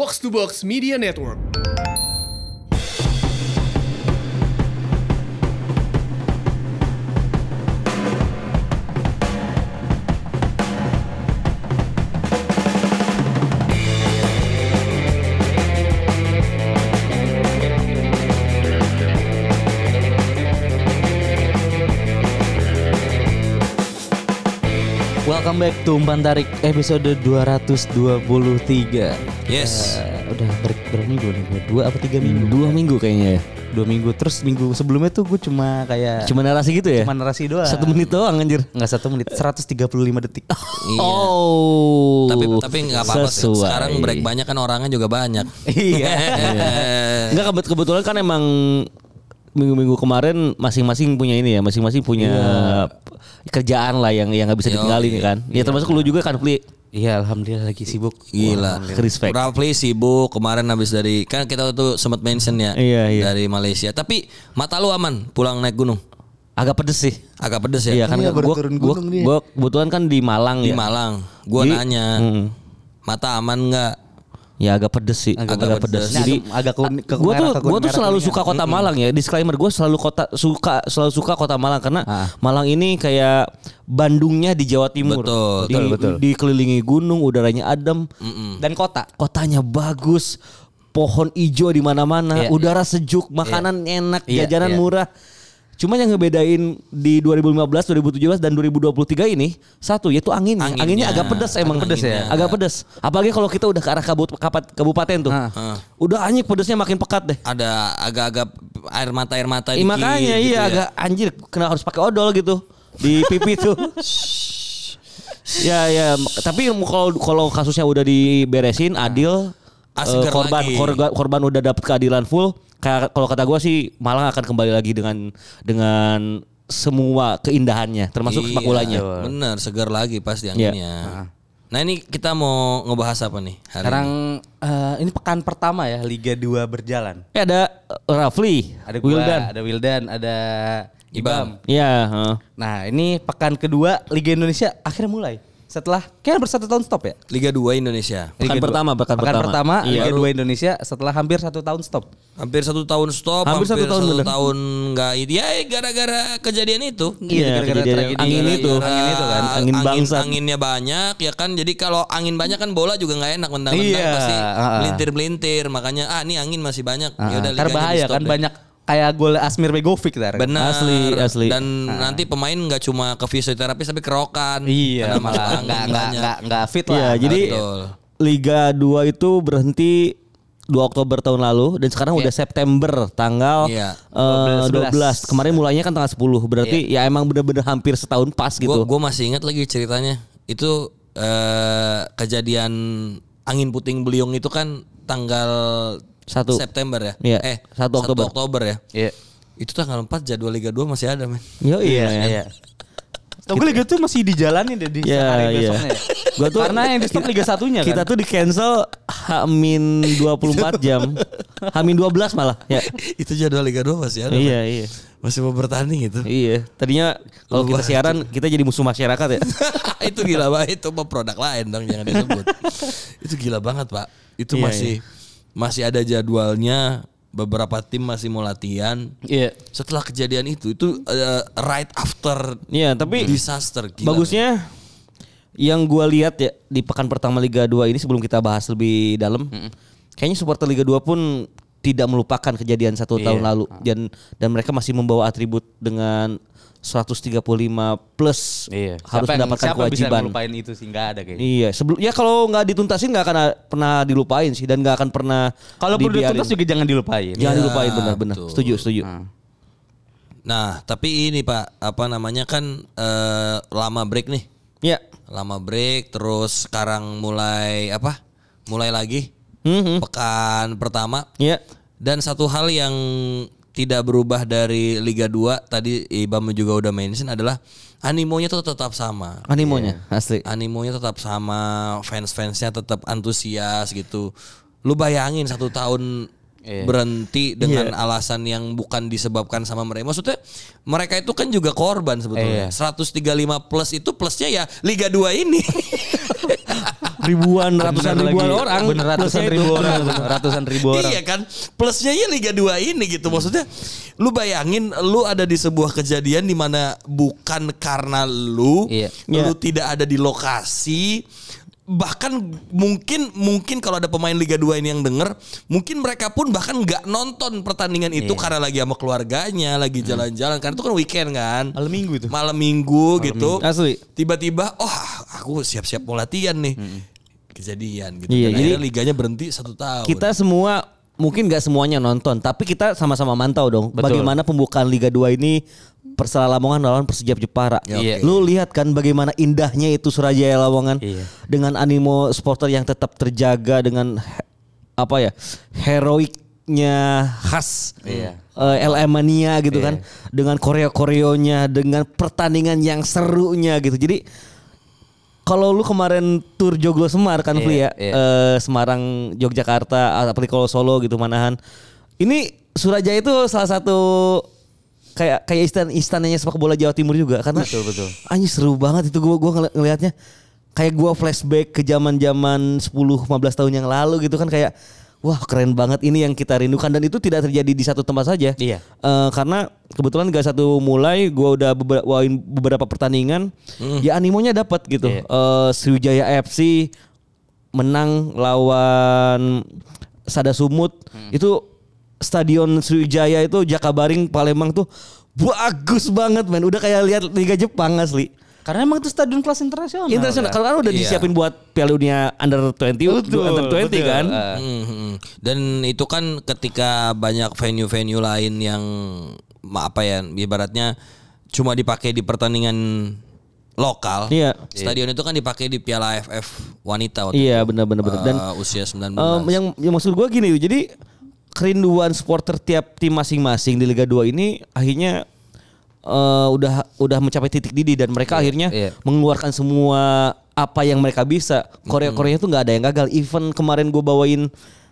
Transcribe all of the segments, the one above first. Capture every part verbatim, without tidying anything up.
Box to Box Media Network. Welcome back to Umpan Tarik episode dua ratus dua puluh tiga. Yes. Uh, udah ber- berapa minggu nih? Dua apa tiga minggu? Dua minggu kayaknya ya. Dua minggu. Terus minggu sebelumnya tuh gue cuma kayak Cuma narasi gitu ya? Cuma narasi doang. Satu menit doang anjir. Enggak satu menit, seratus tiga puluh lima detik. Iya. Oh. Tapi tapi nggak apa-apa sih. Sesuai. Sekarang break banyak kan orangnya juga banyak. Iya. Enggak kebet- kebetulan kan emang minggu-minggu kemarin masing-masing punya ini ya, masing-masing punya kerjaan lah yang yang nggak bisa Yo, ditinggalin iya. kan. Ya termasuk lu juga kan, Pli. Iya, alhamdulillah lagi sibuk. Gila. Respect. Rafli sibuk kemarin habis dari kan kita tuh sempat mention ya Iya, iya. dari Malaysia. Tapi mata lu aman pulang naik gunung. Agak pedes sih. Agak pedes ya. Iya kan Iya, gua, baru turun gua, gunung dia. gua kebetulan kan di Malang Di ya. Malang. Gua Di- nanya. Hmm. Mata aman nggak? Ya agak pedes sih, Agak agak, pedes. pedes. Nah, Jadi agak kun- ke- gue tuh merah- ke gue tuh merah selalu kuningan. suka kota Malang ya. Disclaimer, gue selalu kota suka selalu suka kota Malang karena Ah. Malang ini kayak Bandungnya di Jawa Timur. Betul, Di, betul, betul. Dikelilingi gunung, udaranya adem, Dan kota. kotanya bagus, pohon hijau di mana-mana, Iya. udara sejuk, makanan enak, Iya, jajanan iya. murah. Cuma yang ngebedain di dua ribu lima belas, dua ribu tujuh belas dan dua ribu dua puluh tiga ini satu yaitu anginnya. Anginnya. Anginnya agak pedas emang. Agak pedas ya? Agak pedas. Apalagi kalau kita udah ke arah kabut, kapat- kabupaten tuh. Ah. Ah. Udah anjing pedasnya makin pekat deh. Ada agak-agak air mata air mata. Ih, dikit makanya gitu iya ya. agak anjir kena harus pakai odol gitu di pipi tuh. Ya ya, tapi kalau kalau kasusnya udah diberesin adil, Ah, eh, seger korban lagi. korban korban udah dapat keadilan full. Kayak kalau kata gue sih Malang akan kembali lagi dengan dengan semua keindahannya termasuk sepak bolanya. Iya, bener, segar lagi pasti Iya. anginnya. Nah ini kita mau ngebahas apa nih hari Sekarang ini? eh, ini pekan pertama ya Liga dua berjalan. Eh ada eh, Rafli, Ada gua, Wildan. ada Wildan, ada Ibam. Iya, heeh. Nah, ini pekan kedua Liga Indonesia akhirnya mulai. Setelah kayaknya bersatu tahun stop ya? Liga dua Indonesia. Pekan Liga dua. pertama, pekan pertama. pertama Iya. Liga dua Indonesia setelah hampir satu tahun stop. Hampir satu tahun stop, Hampir hampir, satu tahun, satu bener. tahun nggak ini. Ya gara-gara kejadian itu. Iya, gara-gara kejadian tragedi angin itu. Gara-gara Angin itu kan, angin bangsat. Anginnya banyak ya kan. Jadi kalau angin banyak kan bola juga nggak enak mendang-mendang Iya, pasti ah. melintir-melintir. Makanya ah ini angin masih banyak. Ah, Ya udah karena liganya bahaya di-stop kan deh. banyak kayak gol Asmir Begovic tar. Benar. Asli, asli. Dan nanti pemain nggak cuma ke fisioterapis tapi kerokan. Iya, Karena malah masuk angin enggak enggak banyak. enggak enggak fit Iya, lah. jadi Betul. Liga dua itu berhenti dua Oktober tahun lalu dan sekarang udah September tanggal Iya. eh, dua belas. sebelas. Kemarin mulainya kan tanggal sepuluh. Berarti ya emang bener-bener hampir setahun pas gitu. Gue masih ingat lagi ceritanya. Itu eh, kejadian angin puting beliung itu kan tanggal Satu. September ya. Iya, Eh satu Oktober. Oktober ya. Iya. Itu tanggal empat jadwal Liga dua masih ada men. Yo Iya, iya. iya. Tau gue Liga tuh masih dijalanin deh di Iya, hari iya. besoknya. ya. Gua tuh Karena yang di stop Liga satunya kan. Kita tuh di cancel H-min dua puluh empat jam. H-min dua belas malah. Ya. Itu jadwal Liga dua masih ada. Iya, iya. Masih mau bertanding itu. Iya. Tadinya kalau kita siaran kita jadi musuh masyarakat ya. Itu gila banget, itu mah produk lain dong jangan disebut. Itu gila banget pak. Itu Iya, masih masih ada jadwalnya. Beberapa tim masih mau latihan. Iya. Setelah kejadian itu itu uh, right after Iya, tapi disaster. Gila, bagusnya yang gua lihat ya di pekan pertama Liga dua ini sebelum kita bahas lebih dalam, kayaknya supporter Liga dua pun tidak melupakan kejadian satu Iya. tahun lalu dan dan mereka masih membawa atribut dengan seratus tiga puluh lima plus Iya. harus Siapa yang- mendapatkan siapa kewajiban. bisa ngelupain itu sih nggak ada kayaknya. Iya, sebelum ya kalau nggak dituntasin nggak akan a- pernah dilupain sih dan nggak akan pernah Kalau perlu dibiarin. dituntas juga jangan dilupain. Jangan Ya, dilupain benar-benar. betul. Setuju, setuju. Nah tapi ini pak apa namanya kan uh, lama break nih. Ya. Lama break terus sekarang mulai apa? Mulai lagi Mhm. pekan pertama. Ya. Dan satu hal yang tidak berubah dari Liga dua tadi Ibam juga udah mention adalah animonya tuh tetap sama. Animonya asli. Animonya tetap sama, fans-fansnya tetap antusias gitu. Lu bayangin satu tahun Iya. berhenti dengan Iya. alasan yang bukan disebabkan sama mereka. Maksudnya mereka itu kan juga korban sebetulnya. Iya. seratus tiga puluh lima plus itu plusnya ya Liga dua ini. ribuan ratusan Bener ribuan lagi. orang. Bener ratusan plusnya itu. ribu orang. Ratusan ribu orang. Iya kan, plusnya ya Liga dua ini gitu. Maksudnya lu bayangin lu ada di sebuah kejadian di mana bukan karena lu, Iya. lu Iya. tidak ada di lokasi. Bahkan mungkin mungkin kalau ada pemain Liga dua ini yang denger, mungkin mereka pun bahkan nggak nonton pertandingan itu karena lagi sama keluarganya, lagi jalan-jalan karena itu kan weekend kan. Malam minggu itu. Malam minggu gitu. Asli. Tiba-tiba, oh aku siap-siap mau latihan nih. Kejadian gitu. Iya, Dan jadi akhirnya liganya berhenti satu tahun. Kita semua mungkin nggak semuanya nonton, tapi kita sama-sama mantau dong. Betul. Bagaimana pembukaan Liga dua ini Persela Lamongan lawan Persija Jepara. Iya. Lu lihat kan bagaimana indahnya itu Surajaya Lamongan Iya. dengan animo supporter yang tetap terjaga dengan he- apa ya heroiknya khas Iya. eh, L M Mania gitu kan, dengan koreo-koreonya, dengan pertandingan yang serunya gitu. Jadi kalau lu kemarin tur Joglo Semar kan Iya, Fli ya, iya. eh, Semarang Yogyakarta, apalagi kalau Solo gitu Manahan. Ini Surajaya itu salah satu kayak kayak istan istananya sepak bola Jawa Timur juga karena Betul, betul. anjir seru banget itu gua gua ngeli- ngelihatnya kayak gua flashback ke zaman-zaman sepuluh lima belas tahun yang lalu gitu kan, kayak wah keren banget ini yang kita rindukan, dan itu tidak terjadi di satu tempat saja. Iya. Eh, karena kebetulan Liga satu mulai gua udah beber- wain beberapa pertandingan, ya animonya dapat gitu. Iya. Eh, Sriwijaya F C menang lawan Sada Sumut, itu Stadion Sriwijaya itu Jakabaring Palembang tuh bagus banget men, udah kayak lihat Liga Jepang asli. Karena emang itu stadion kelas internasional. Internasional, kan? kalau kan udah Iya. disiapin buat Piala Dunia Under dua puluh, Betul, Under dua puluh betul. kan. Ah. Hmm, hmm. Dan itu kan ketika banyak venue-venue lain yang ma- apa ya ibaratnya cuma dipakai di pertandingan lokal. Iya. Stadion itu kan dipakai di Piala A F F wanita waktu Iya itu. benar-benar benar. Dan Eh, usia sembilan em, belas. yang yang maksud gue gini, jadi kerinduan supporter tiap tim masing-masing di Liga dua ini akhirnya eh, udah udah mencapai titik didih, dan mereka akhirnya iya. mengeluarkan semua apa yang mereka bisa. Korea-Korea itu nggak ada yang gagal. Even kemarin gue bawain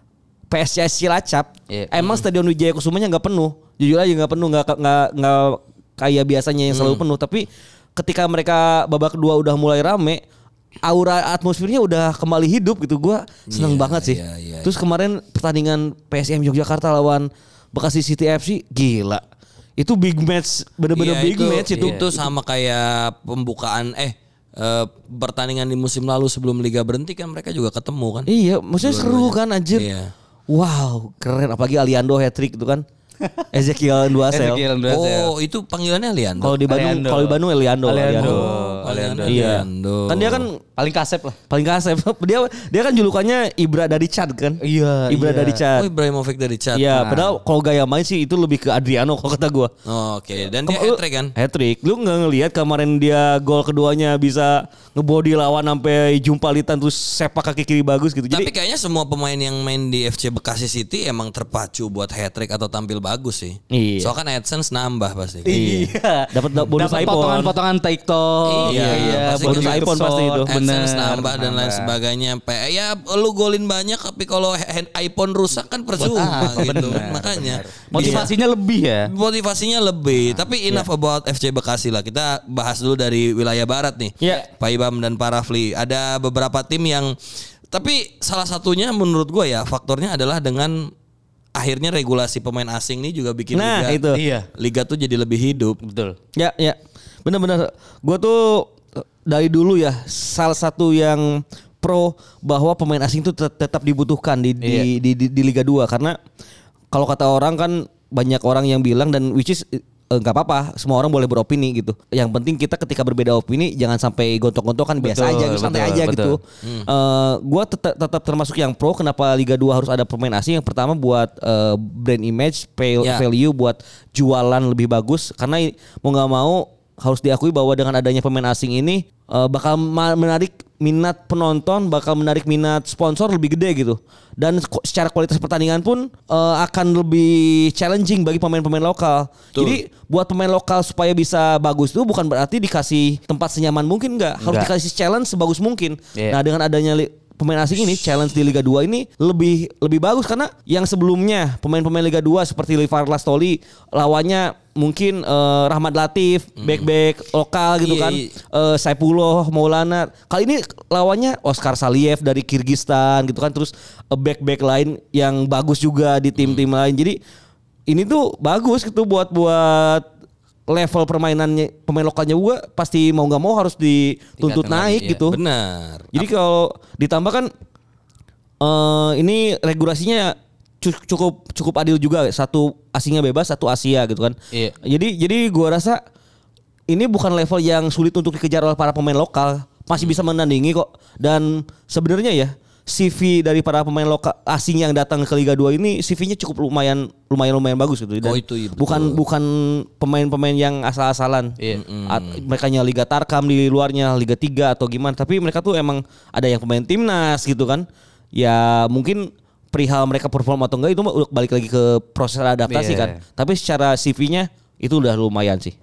P S C S Cilacap, Iya. emang Stadion Wijaya Kusumanya nggak penuh, jujur aja nggak penuh, nggak nggak nggak kayak biasanya yang selalu penuh. Tapi ketika mereka babak kedua udah mulai rame, aura atmosfernya udah kembali hidup gitu. Gua seneng Iya, banget sih. iya, iya, Terus kemarin pertandingan P S M Yogyakarta lawan Bekasi City F C, gila. Itu big match, bener-bener Iya, big itu, match itu. Itu sama kayak pembukaan eh eh, pertandingan di musim lalu sebelum liga berhenti kan mereka juga ketemu kan. Iya, maksudnya seru kan anjir. Iya. Wow, keren, apalagi Aliando hat-trick itu kan. Ezekiel Duasel. Ezekiel Duasel. Oh, itu panggilannya Liando. Kalau di Bandung, Aliando. kalau di Bandung Eliando. Aliando. Oh, Aliando. Iya. Aliando. Kan dia kan Paling kasep lah. paling kasep. Dia dia kan julukannya Ibra dari Chad kan? Iya, Ibra iya. dari Oh, Chad. Ibrahimovic dari Chad. Iya, Nah. padahal kalau gaya main sih itu lebih ke Adriano kalau kata gua. Oh, Oke, dan dia Lu- hat-trick kan? Hat-trick. Lu nggak ngelihat kemarin dia gol keduanya bisa ngebody lawan sampai jumpalitan terus sepak kaki kiri bagus gitu. Tapi Jadi kayaknya semua pemain yang main di F C Bekasi City emang terpacu buat hat-trick atau tampil bagus sih. Iya. Soalnya kan AdSense nambah pasti. Iya. Dapat bonus Dapat iPhone. potongan-potongan TikTok. Iya, iya. pasti bonus gitu. iPhone pasti itu. AdSense Bener. nambah dan lain sebagainya. Pe- Ya lu golin banyak tapi kalau hand iPhone rusak kan percuma gitu. Makanya Motivasinya lebih ya. motivasinya lebih. Tapi enough about F C Bekasi lah. Kita bahas dulu dari wilayah barat nih. Iya. Pak Ibam dan Pak Rafli. Ada beberapa tim yang tapi salah satunya menurut gue ya faktornya adalah dengan akhirnya regulasi pemain asing ini juga bikin Nah, liga itu. Iya. liga tuh jadi lebih hidup. Betul. Ya, ya. Benar-benar. Gue tuh eh, dari dulu ya salah satu yang pro bahwa pemain asing itu tet- tetap dibutuhkan di di, Iya. di, di, di Liga dua, karena kalau kata orang kan banyak orang yang bilang, dan which is eh, nggak apa-apa, semua orang boleh beropini gitu. Yang penting kita ketika berbeda opini jangan sampai gontok-gontokan, biasa Betul, aja, santai betul, aja betul. gitu. Eh, gua tetap tetap termasuk yang pro. Kenapa Liga dua harus ada pemain asing? Yang pertama buat eh, brand image, pay, Ya. value, buat jualan lebih bagus. Karena i- mau nggak mau harus diakui bahwa dengan adanya pemain asing ini eh, bakal ma- menarik minat penonton, bakal menarik minat sponsor lebih gede gitu. Dan ko- secara kualitas pertandingan pun eh, akan lebih challenging bagi pemain-pemain lokal. Betul. Jadi buat pemain lokal supaya bisa bagus itu bukan berarti dikasih tempat senyaman mungkin, enggak. Harus Enggak. dikasih challenge sebagus mungkin. Iya. Nah, dengan adanya li- pemain asing ini challenge di Liga dua ini lebih lebih bagus karena yang sebelumnya pemain-pemain Liga dua seperti Livar Lastoli lawannya mungkin uh, Rahmat Latif, hmm. back-back lokal gitu iya, kan. Iya. Uh, Saipullah Maulana. Kali ini lawannya Oscar Saliev dari Kyrgyzstan gitu kan, terus uh, back-back lain yang bagus juga di tim-tim hmm. lain. Jadi ini tuh bagus gitu buat buat level permainannya pemain lokalnya juga pasti mau nggak mau harus dituntut Tingkatan naik lagi, gitu. Ya, benar. Jadi kalau ditambah kan uh, ini regulasinya cukup cukup adil juga, satu asingnya bebas, satu Asia gitu kan. Iya. Jadi jadi gua rasa ini bukan level yang sulit untuk dikejar oleh para pemain lokal, masih bisa menandingi kok. Dan sebenarnya ya C V dari para pemain lokal asing yang datang ke Liga dua ini C V-nya cukup lumayan lumayan lumayan bagus gitu. Dan Oh, itu iya, betul. bukan bukan pemain-pemain yang asal-asalan. Iya. At- mereka nya Liga Tarkam di luarnya, Liga tiga atau gimana, tapi mereka tuh emang ada yang pemain timnas gitu kan. Ya mungkin perihal mereka perform atau enggak itu balik lagi ke proses adaptasi Iya. kan. Tapi secara C V-nya itu udah lumayan sih.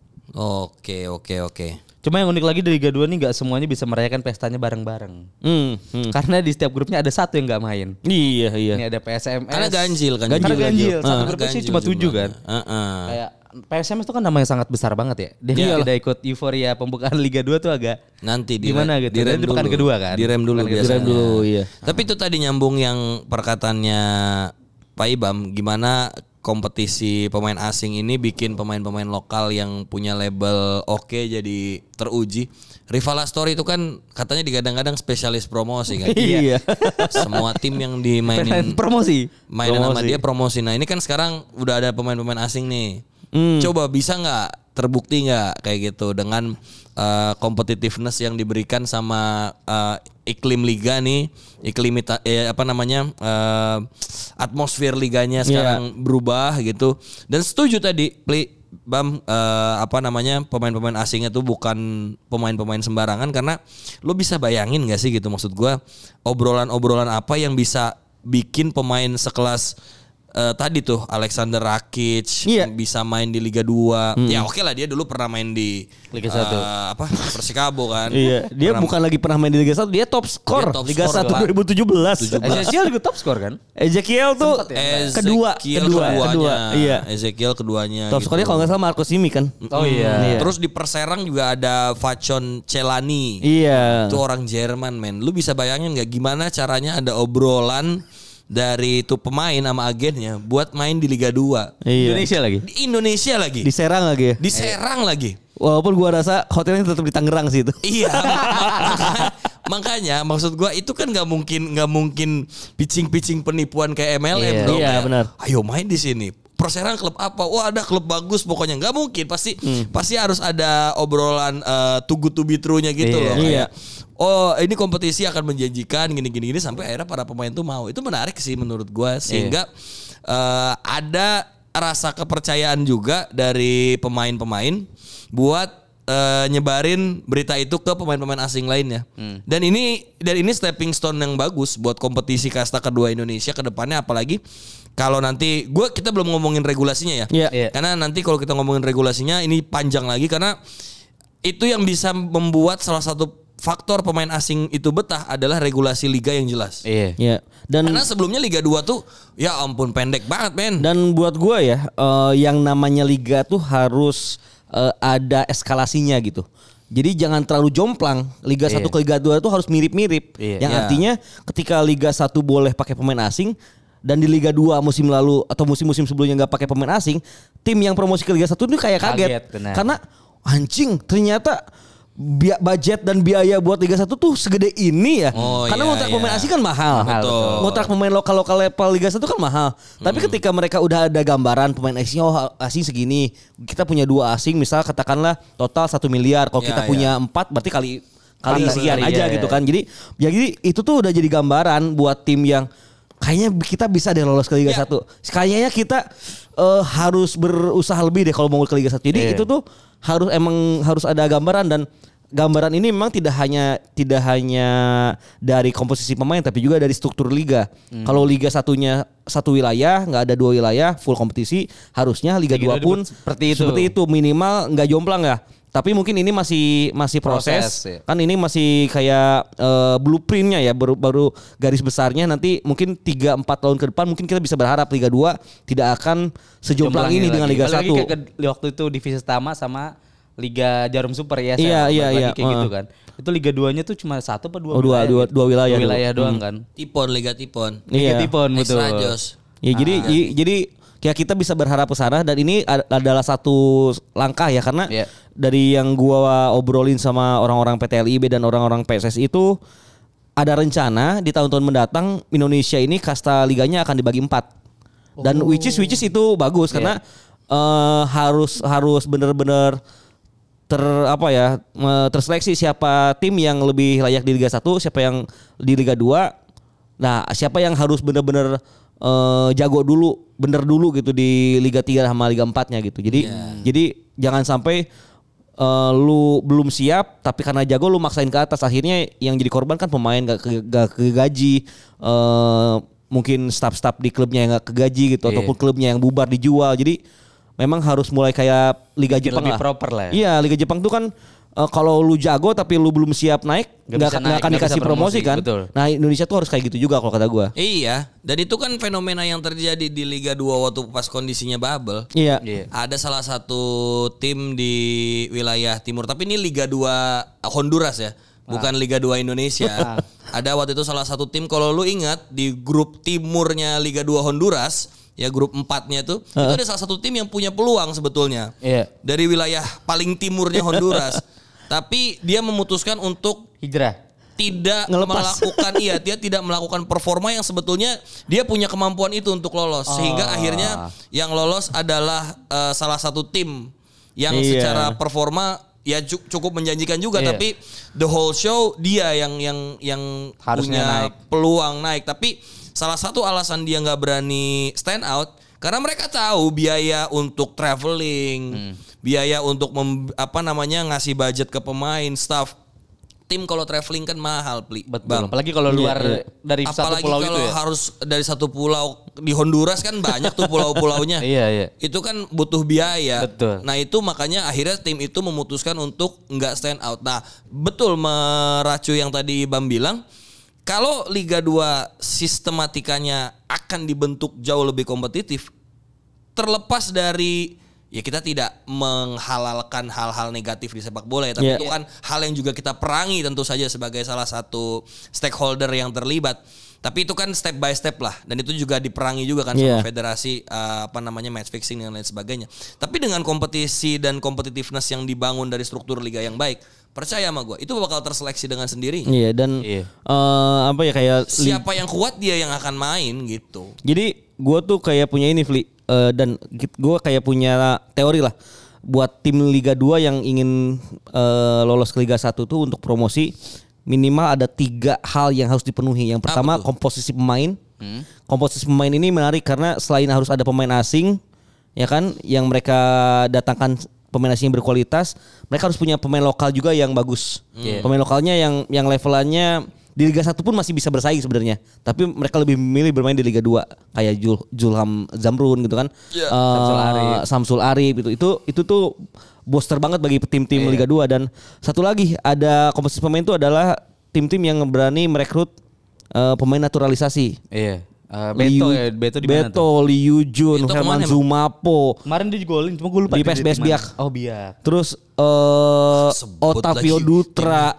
Oke, oke, oke. Cuma yang unik lagi dari Liga dua nih nggak semuanya bisa merayakan pestanya bareng-bareng. Hmm, hmm. Karena di setiap grupnya ada satu yang nggak main. Iya iya. Ini ada P S M S. Karena ganjil kan. Karena Ganjil, ganjil. ganjil. Satu Ah. grupnya sih Ganjil cuma tujuh kan. jumlahnya. Heeh. Kayak P S M S itu kan nama yang sangat besar banget ya. Dia Iya. tidak ikut euforia pembukaan Liga dua tuh agak Nanti di gimana gitu. Direm Itu pekan dulu. kedua kan. Direm dulu Pekan biasanya. Direm dulu, iya. Tapi itu tadi nyambung yang perkataannya Pak Ibam, gimana kompetisi pemain asing ini bikin pemain-pemain lokal yang punya label oke jadi teruji. Rival Astori itu kan katanya digadang-gadang spesialis promosi kan. Iya. Semua tim yang dimainin promosi. mainan sama Promosi. dia promosi. Nah ini kan sekarang udah ada pemain-pemain asing nih. Hmm. Coba bisa nggak terbukti nggak kayak gitu dengan uh, competitiveness yang diberikan sama uh, iklim liga nih, iklim ita- eh, apa namanya uh, atmosfer liganya sekarang berubah gitu. Dan setuju tadi, Pli, Bam, uh, apa namanya pemain-pemain asingnya tuh bukan pemain-pemain sembarangan karena lo bisa bayangin nggak sih gitu maksud gua obrolan-obrolan apa yang bisa bikin pemain sekelas Uh, tadi tuh Alexander Rakic Iya. bisa main di Liga dua. Ya oke lah dia dulu pernah main di Liga uh, satu. apa Persikabo kan. Iya, dia Pernah- bukan lagi pernah main di Liga satu, dia top skor Dia top Liga skor, satu Pak. dua ribu tujuh belas. Ezekiel juga top skor kan? Ezekiel tuh Sempet ya? kedua, Ezekiel kedua, keduanya. kedua. Iya. Ezekiel keduanya. Top gitu. skornya kalau nggak salah Marco Simi kan. Oh iya. Iya. Terus di Perserang juga ada Facon Celani. Iya. Itu orang Jerman men. Lu bisa bayangin nggak gimana caranya ada obrolan dari itu pemain sama agennya buat main di Liga dua. Iya. Indonesia lagi. Di Indonesia lagi. Di Serang lagi ya. Di Serang lagi. Walaupun gua rasa hotelnya tetap di Tangerang sih itu. Iya, makanya, makanya maksud gua itu kan nggak mungkin nggak mungkin pitching-pitching penipuan kayak M L M Iya. dong. Iya, Kayak, benar. Ayo main di sini. Perserang klub apa? Wah ada klub bagus pokoknya nggak mungkin pasti pasti harus ada obrolan uh, too good to be true-nya gitu Iya. loh. Iya. Kayak, oh ini kompetisi akan menjanjikan gini-gini gini sampai akhirnya para pemain tuh mau. Itu menarik sih menurut gua sehingga uh, ada rasa kepercayaan juga dari pemain-pemain buat uh, nyebarin berita itu ke pemain-pemain asing lainnya. Hmm. Dan ini dan ini stepping stone yang bagus buat kompetisi kasta kedua Indonesia ke depannya, apalagi kalau nanti gue kita belum ngomongin regulasinya ya. Iya. Iya. Karena nanti kalau kita ngomongin regulasinya ini panjang lagi karena itu yang bisa membuat salah satu faktor pemain asing itu betah adalah regulasi liga yang jelas. Iya. Iya. Dan Karena sebelumnya Liga dua tuh ya ampun pendek banget men. dan buat gua ya eh, yang namanya liga tuh harus eh, ada eskalasinya gitu. Jadi jangan terlalu jomplang. Liga Iya. satu ke Liga dua tuh harus mirip-mirip. Iya. Yang Iya. artinya ketika Liga satu boleh pakai pemain asing dan di Liga dua musim lalu atau musim-musim sebelumnya nggak pakai pemain asing, tim yang promosi ke Liga satu itu kayak kaget. Kaget, benar. Karena anjing ternyata bi- budget dan biaya buat Liga satu tuh segede ini ya. Oh, Karena iya, ngontrak iya. pemain asing kan mahal. Mahal, Betul. Ngontrak pemain lokal-lokal level Liga satu kan mahal. Tapi ketika mereka udah ada gambaran pemain asing, oh asing segini, kita punya dua asing, misal katakanlah total satu miliar. Kalau Ya, kita ya. punya empat, berarti kali kali Empat sekian kali, aja iya, gitu iya. kan. Jadi ya jadi itu tuh udah jadi gambaran buat tim yang kayaknya kita bisa deh lolos ke Liga Ya. satu. Kayaknya kita eh, harus berusaha lebih deh kalau mau ke Liga satu. Jadi Iya. itu tuh harus emang harus ada gambaran, dan gambaran ini memang tidak hanya tidak hanya dari komposisi pemain tapi juga dari struktur liga. Hmm. Kalau Liga satunya satu wilayah, nggak ada dua wilayah, full kompetisi, harusnya Liga Liga dua dua pun dibuat seperti itu. Seperti itu minimal nggak jomplang ya. Tapi mungkin ini masih masih proses, Proses, ya. kan ini masih kayak uh, blueprintnya ya, baru baru garis besarnya. Nanti mungkin tiga empat tahun ke depan mungkin kita bisa berharap Liga dua tidak akan sejomplang ini dengan Liga Balik satu. lagi ke- ke- waktu itu divisi pertama sama Liga Jarum Super ya. Iya, saya iya, balik lagi iya. kayak gitu Uh. kan. Itu Liga dua-nya tuh cuma satu apa dua Oh, dua- wilayah? dua- gitu? dua wilayah Dua dulu. wilayah doang Hmm. kan. Tipon Liga Tipon. Liga Iya. Tipon betul. Extra Jos. Ya jadi Ah. i- jadi ya kita bisa berharap ke sana, dan ini ad- adalah satu langkah ya, karena Iya. dari yang gua obrolin sama orang-orang P T L I B dan orang-orang P S S I itu ada rencana di tahun-tahun mendatang Indonesia ini kasta liganya akan dibagi empat. Dan which is which is itu bagus karena eh, harus harus benar-benar ter apa ya eh, terseleksi siapa tim yang lebih layak di Liga satu, siapa yang di Liga dua. Nah, siapa yang harus benar-benar eh, jago dulu, bener dulu gitu di Liga tiga sama Liga empat-nya gitu. Jadi jadi jangan sampai eh, lu belum siap tapi karena jago lu maksain ke atas, akhirnya yang jadi korban kan pemain gak, ke, gak kegaji, eh, mungkin staff-staff di klubnya yang gak kegaji gitu, Iya. ataupun klubnya yang bubar dijual. Jadi memang harus mulai kayak Liga Bikin Jepang lebih lah. proper lah ya. Iya, Liga Jepang tuh kan eh, kalau lu jago tapi lu belum siap naik, Nggak nggak bisa nggak naik, akan nggak dikasih bisa promosi, promosi, kan. betul. Nah, Indonesia tuh harus kayak gitu juga kalau kata gua. Iya, dan itu kan fenomena yang terjadi di Liga dua waktu pas kondisinya bubble. Iya. Iya. Ada salah satu tim di wilayah timur, tapi ini Liga dua Honduras ya, bukan Liga dua Indonesia. Ada waktu itu salah satu tim, kalau lu ingat di grup timurnya Liga dua Honduras, ya grup empatnya tuh, itu ada salah satu tim yang punya peluang sebetulnya. Iya. Dari wilayah paling timurnya Honduras. Tapi dia memutuskan untuk Hijrah. tidak Ngelepas. melakukan iya dia tidak melakukan performa yang sebetulnya dia punya kemampuan itu untuk lolos, sehingga akhirnya yang lolos adalah eh, salah satu tim yang Iya. secara performa ya cu- cukup menjanjikan juga, Iya. tapi the whole show dia yang yang yang Harusnya punya naik. peluang naik. Tapi salah satu alasan dia nggak berani stand out karena mereka tahu biaya untuk traveling, biaya untuk mem- apa namanya ngasih budget ke pemain, staff. Tim kalau traveling kan mahal, Pli. Betul. Bang. Apalagi kalau luar Iya, dari satu Apalagi pulau kalau itu ya. harus dari satu pulau, di Honduras kan banyak tuh pulau-pulaunya. Iya, iya. Itu kan butuh biaya. Betul. Nah itu makanya akhirnya tim itu memutuskan untuk nggak stand out. Nah betul meracu yang tadi Bam bilang. Kalau Liga dua sistematikanya akan dibentuk jauh lebih kompetitif, terlepas dari ya kita tidak menghalalkan hal-hal negatif di sepak bola ya, tapi Iya. itu kan hal yang juga kita perangi tentu saja sebagai salah satu stakeholder yang terlibat. Tapi itu kan step by step lah, dan itu juga diperangi juga kan sama Iya. federasi uh, apa namanya match fixing dan lain sebagainya. Tapi dengan kompetisi dan competitiveness yang dibangun dari struktur liga yang baik, percaya sama gue, itu bakal terseleksi dengan sendirinya. Iya, dan Iya. eh, apa ya kayak li- Siapa yang kuat dia yang akan main gitu. Jadi gue tuh kayak punya ini, Fli. Eh, dan gue kayak punya teori lah buat tim Liga dua yang ingin eh, lolos ke Liga satu tuh untuk promosi minimal ada tiga hal yang harus dipenuhi. Yang pertama Apa tuh? komposisi pemain. Komposisi pemain ini menarik karena selain harus ada pemain asing, ya kan, yang mereka datangkan pemain asing yang berkualitas, mereka harus punya pemain lokal juga yang bagus. Iya. Pemain lokalnya yang yang levelannya di Liga satu pun masih bisa bersaing sebenarnya. Tapi mereka lebih memilih bermain di Liga dua kayak Jul, Julham Zamrun gitu kan. Iya. Eh, Samsul Arif. Samsul Arif itu. Itu itu tuh booster banget bagi tim-tim Iya. Liga dua. Dan satu lagi ada komposisi pemain itu adalah tim-tim yang berani merekrut eh, pemain naturalisasi. Iya. Eh, Beto Liu- ya, Beto di mana Beto, tuh? Liu Jun, Beto Herman kemana emang? Zumapo. Kemarin dia golin, cuma gue lupa Di dia P S B S di mana. Biak. Oh, Biak. Terus eh Sebut Otavio lagi. Dutra.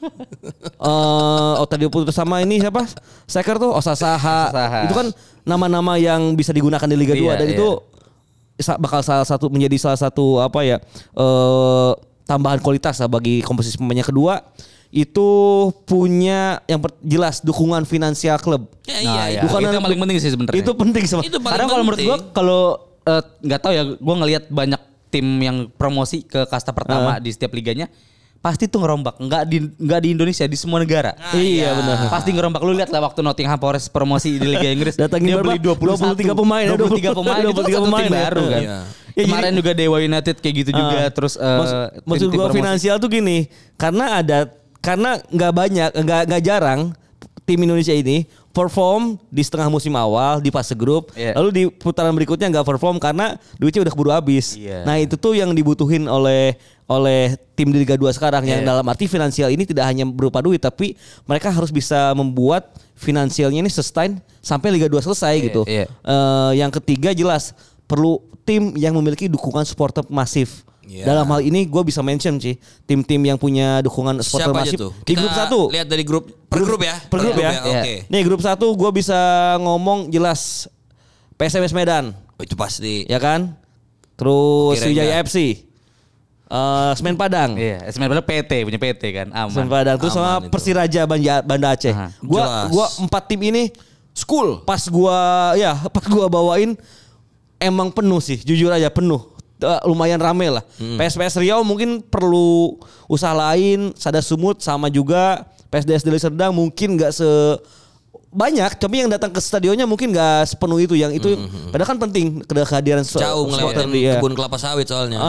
Eh Otavio Dutra sama ini siapa? Striker tuh Osasaha. Osasaha. Itu kan nama-nama yang bisa digunakan di Liga dua Iya, dan iya. itu sa- bakal salah satu menjadi salah satu apa ya? eh tambahan kualitas lah bagi komposisi pemainnya. Kedua, itu punya yang per- jelas dukungan finansial klub. Ya, Nah, iya, ya. iya. Bukan Itu yang paling penting sih sebenarnya. Itu penting sama. Itu paling Karena kalau menurut penting. gua kalau eh, nggak tahu ya, gua ngelihat banyak tim yang promosi ke kasta pertama di setiap liganya pasti tuh ngerombak, nggak di nggak di Indonesia, di semua negara. Ah, iya, iya. benar. Pasti ngerombak. Lu lihat lah waktu Nottingham Forest promosi di Liga Inggris. Datangin dia berapa? beli dua puluh satu, dua puluh tiga pemain ya, dua puluh tiga pemain. dua puluh tiga Itu kan satu pemain tim ya. baru kan. Iya. Ya, Kemarin jadi- juga Dewa United kayak gitu juga. Ah. Terus eh, Maksud, maksud tim-tim gua promosi. finansial tuh gini, karena ada karena nggak banyak nggak nggak jarang tim Indonesia ini perform di setengah musim awal di fase grup, yeah. lalu di putaran berikutnya nggak perform karena duitnya udah keburu habis. Yeah. Nah itu tuh yang dibutuhin oleh oleh tim di Liga dua sekarang yang Yeah. dalam arti finansial ini tidak hanya berupa duit tapi mereka harus bisa membuat finansialnya ini sustain sampai Liga dua selesai Yeah, gitu. yeah. Uh, yang ketiga jelas perlu tim yang memiliki dukungan supporter masif. Yeah. Dalam hal ini gue bisa mention sih tim-tim yang punya dukungan supporter Siapa aja masif tuh? di Kita grup satu. Lihat dari grup per grup ya. Per grup ya. Oke. Nih grup satu gue bisa ngomong jelas P S M S Medan, Oh, itu pasti. ya kan? Terus Oke, Sriwijaya Rengga. F C, uh, Semen Padang, Iya, Semen Padang P T, punya P T kan, Semen aman. Padang terus sama Aman itu. Persiraja Banja, Banda Aceh. Aha. Gua Jelas. gua empat tim ini School. pas gua ya pas gua bawain emang penuh sih, jujur aja penuh. Uh, lumayan rame lah. Hmm. P S P S Riau mungkin perlu usaha lain, Sada Sumut sama juga P S D S Deli Serdang mungkin nggak se banyak, tapi yang datang ke stadionnya mungkin nggak sepenuh itu. Yang itu padahal kan penting kehadiran su- Jauh supporter ngelewatin dia. kebun kelapa sawit soalnya.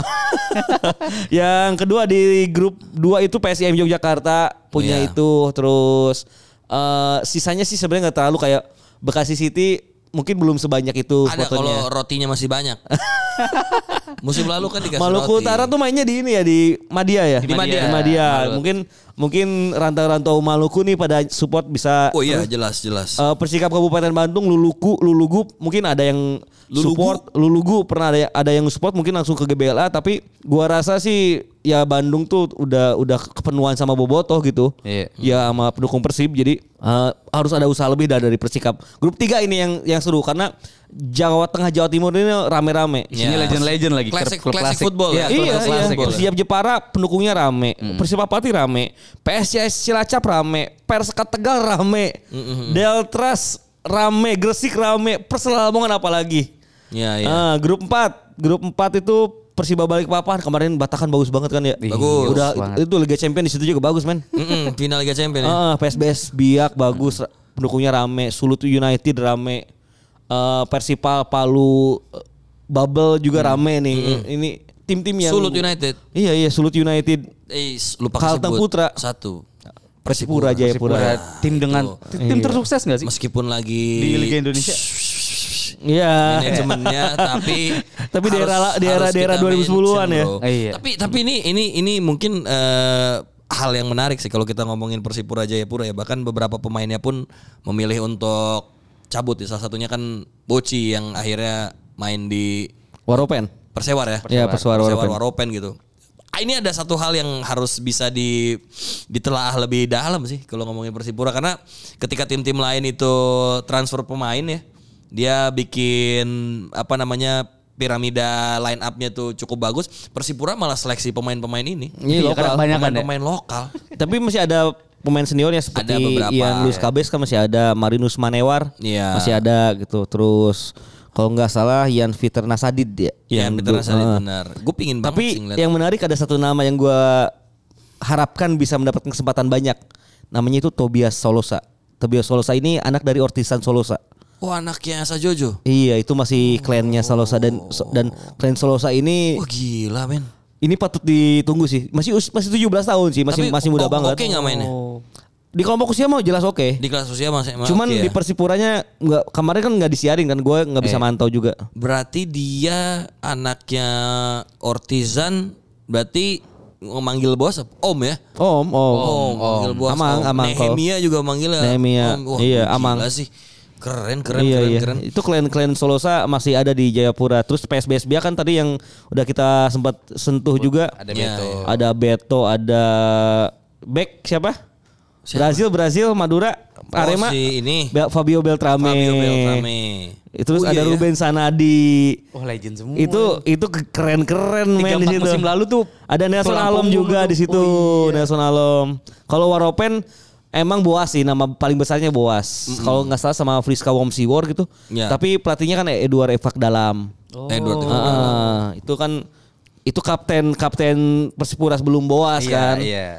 Yang kedua di grup dua itu P S I M Yogyakarta punya Iya. itu. Terus eh, sisanya sih sebenarnya nggak terlalu kayak Bekasi City mungkin belum sebanyak itu Ada supporternya. kalau rotinya masih banyak. Musim lalu kan dikasih Maluku roti. Utara tuh mainnya di ini ya di Madia ya. Di Madia. Di Madia. Malut. Mungkin mungkin rantau-rantau Maluku nih pada support bisa. Oh iya jelas jelas. Eh, Persikap Kabupaten Bandung, Luluku, Lulugu mungkin ada yang Lulugu? support, Lulugu pernah ada ada yang support mungkin langsung ke G B L A tapi gua rasa sih ya Bandung tuh udah udah kepenuhan sama Bobotoh gitu. Iya. Ya sama pendukung Persib jadi eh, harus ada usaha lebih dari dari Persikap. Grup tiga ini yang yang seru karena Jawa Tengah Jawa Timur ini rame-rame. Isinya Ya. legend-legend lagi. Classic- klub classic klasik. football Iya, ya. klub Iya, klasik iya. gitu. Persijap Jepara pendukungnya rame, Persipapati rame, P S C S Cilacap rame, Persekat Tegal rame, Deltras rame, Gresik rame, Persela Lamongan apalagi. Iya iya. Ah, grup empat, grup empat itu Persiba Balikpapan kemarin Batakan bagus banget kan ya. Bagus. Udah banget. itu Liga Champion di situ juga bagus men. Mm-mm, final Liga Champions ya. Ah, P S B S Biak bagus, pendukungnya rame, Sulut United rame, eh, Persipal Palu eh, Bubble juga rame nih. Ini tim-tim yang Sulut United. Iya iya Sulut United. Eh lupa Kalteng kesebut. Putra. Satu. Persipura Jayapura. Persipura, tim dengan tim tersukses gak sih Meskipun lagi di Liga Indonesia? Iya. manajemennya tapi Tapi di harus- era- di era- harus di era kita dua ribu sepuluhan mention, ya. bro. Eh, iya. Tapi tapi ini ini ini mungkin eh, hal yang menarik sih kalau kita ngomongin Persipura Jayapura ya. Bahkan beberapa pemainnya pun memilih untuk cabut ya. Salah satunya kan Boci yang akhirnya main di Waropen. Persewar ya. Iya, Persewar Waropen. Waropen gitu. Ah, ini ada satu hal yang harus bisa di ditelaah lebih dalam sih kalau ngomongin Persipura karena ketika tim-tim lain itu transfer pemain ya, dia bikin apa namanya piramida line up-nya tuh cukup bagus. Persipura malah seleksi pemain-pemain ini. Iya, lokal. karena banyak kan ya. Pemain-pemain lokal. Tapi masih ada pemain seniornya seperti Ada beberapa, Ian Luis ya. Cabes kan masih ada, Marinus Manewar Iya. masih ada gitu. Terus kalau nggak salah Ian Fiter Nasadid ya. Iya, Yang betul dulu- rasanya ah. benar. Gue pingin banget Tapi sih ngeliat. yang menarik ada satu nama yang gue harapkan bisa mendapatkan kesempatan banyak. Namanya itu Tobias Solosa. Tobias Solosa ini anak dari Ortisan Solosa. Oh, anaknya Sajojo. Iya, itu masih klannya Solosa dan dan klan Solosa ini Wah gila men. ini patut ditunggu sih. Masih us- masih tujuh belas tahun sih, masih Tapi masih muda o- banget. Oke nggak mainnya? Di kelompok usia mau jelas oke. Di kelas usia masih emang Cuman oke di ya? Persipuranya nggak kemarin kan nggak disiarin kan, gue nggak bisa Eh. mantau juga. Berarti dia anaknya Ortizan, berarti memanggil bos Om ya? Om, om, Om, manggil bos. Amang, Om. Amang, kalau- Nehemia juga manggilnya Nehemia, Om. Wah, iya, gila Amang. sih. Keren, keren, iya keren, iya. keren. Itu klan-klan Solosa masih ada di Jayapura. Terus P S B S Biak kan tadi yang udah kita sempat sentuh juga. Ada Iya, Beto. iya. Ada Beto, ada Beck siapa? Siapa? Brazil, Brazil, Madura, Oh, Arema. si ini Be- Fabio Beltrame. Fabio Beltrame. Terus Oh, ada iya ya? Ruben Sanadi. Oh legend semua. Itu itu keren-keren Tiga, men di empat situ. musim lalu tuh Ada Nelson tulang Alom punggung juga tuh. di situ. Oh, iya. Nelson Alom. Kalau Waropen emang Boas sih, nama paling besarnya Boas. Kalau nggak salah sama Friska Womsiwor gitu. Ya. Tapi pelatihnya kan Edward Evak Dalam. Oh. Edward itu. Ah, itu kan itu kapten kapten Persipura sebelum Boas Iya, kan. iya.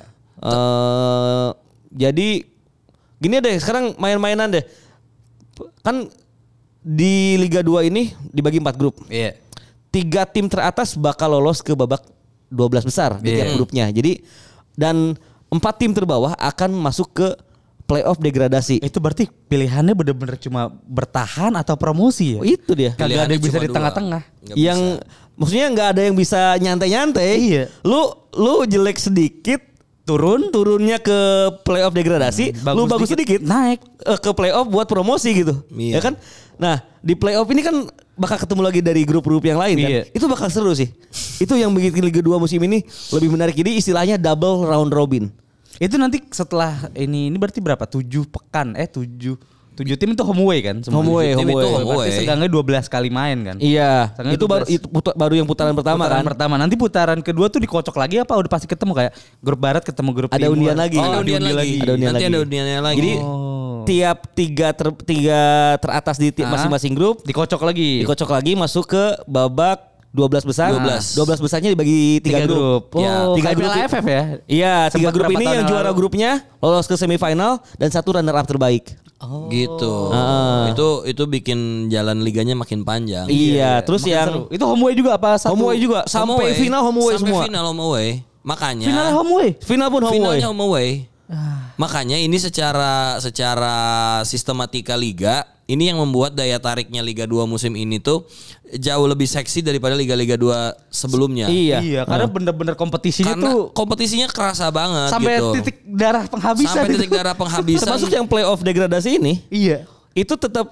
Eh, jadi gini deh, sekarang main-mainan deh. Kan di Liga dua ini dibagi empat grup. Iya. Tiga tim teratas bakal lolos ke babak dua belas besar di Iya. tiap grupnya. Jadi dan empat tim terbawah akan masuk ke playoff degradasi. Itu berarti pilihannya bener-bener cuma bertahan atau promosi ya? Oh, itu dia. Kagak ada Pilihannya yang bisa cuma di dua. tengah-tengah. Nggak Yang bisa. maksudnya nggak ada yang bisa nyantai-nyantai. Iya. Lu lu jelek sedikit turun turunnya ke playoff degradasi, Hmm, lu bagus bagus sedikit, sedikit, naik. eh, ke playoff buat promosi gitu. Iya. Ya kan? Nah, di playoff ini kan bakal ketemu lagi dari grup-grup yang lain kan. Iya. Itu bakal seru sih. Itu yang bikin Liga dua musim ini lebih menarik. Jadi istilahnya double round robin. Itu nanti setelah ini ini berarti berapa? Tujuh pekan. Eh tujuh. Tujuh tim itu home away kan? semua? Home away, Tim home itu away. home Berarti away. seenggaknya dua belas kali main kan? Iya. Setengah Itu baru dua belas. itu puta- baru yang putaran pertama Putaran kan. pertama. Nanti putaran kedua tuh dikocok lagi apa udah pasti ketemu kayak grup barat ketemu grup Ada timur? undian lagi. Oh, Ada undian lagi. Ada undian Nanti lagi. ada undiannya lagi. Jadi Oh. tiap tiga ter, tiga teratas di ti- Ah. masing-masing grup Dikocok lagi. dikocok lagi masuk ke babak dua belas besar. dua belas. dua belas besarnya dibagi tiga, Tiga grup. grup. Ya, Oh, tiga kayak grup Piala A F F ya? Iya, tiga Sempat grup berapa ini tahun yang yang juara lalu? grupnya lolos ke semifinal dan satu runner up terbaik. Oh. Gitu. Ah. Itu itu bikin jalan liganya makin panjang. Iya, terus Makin yang seru. Itu home away juga apa satu? home away juga Home sampai away. final home away Sampai semua. final home away. Makanya Finalnya home away. Final pun home away. finalnya home away. Makanya ini secara secara sistematika liga ini yang membuat daya tariknya Liga dua musim ini tuh jauh lebih seksi daripada liga-liga dua sebelumnya. Iya. Iya, karena bener-bener kompetisinya Karena tuh kompetisinya kerasa banget sampai gitu. titik darah penghabisan. Sampai itu. titik darah penghabisan. Termasuk yang playoff degradasi ini Iya. itu tetap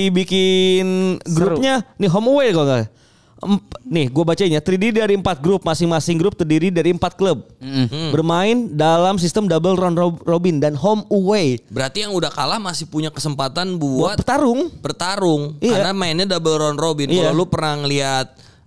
dibikin grupnya nih home away kok nggak? Emp- nih gue bacain ya, terdiri dari empat grup, masing-masing grup terdiri dari empat klub bermain dalam sistem double round rob- robin dan home away Berarti yang udah kalah masih punya kesempatan buat buat bertarung. bertarung Iya. karena mainnya double round robin. Iya. Kalau lu pernah ngeliat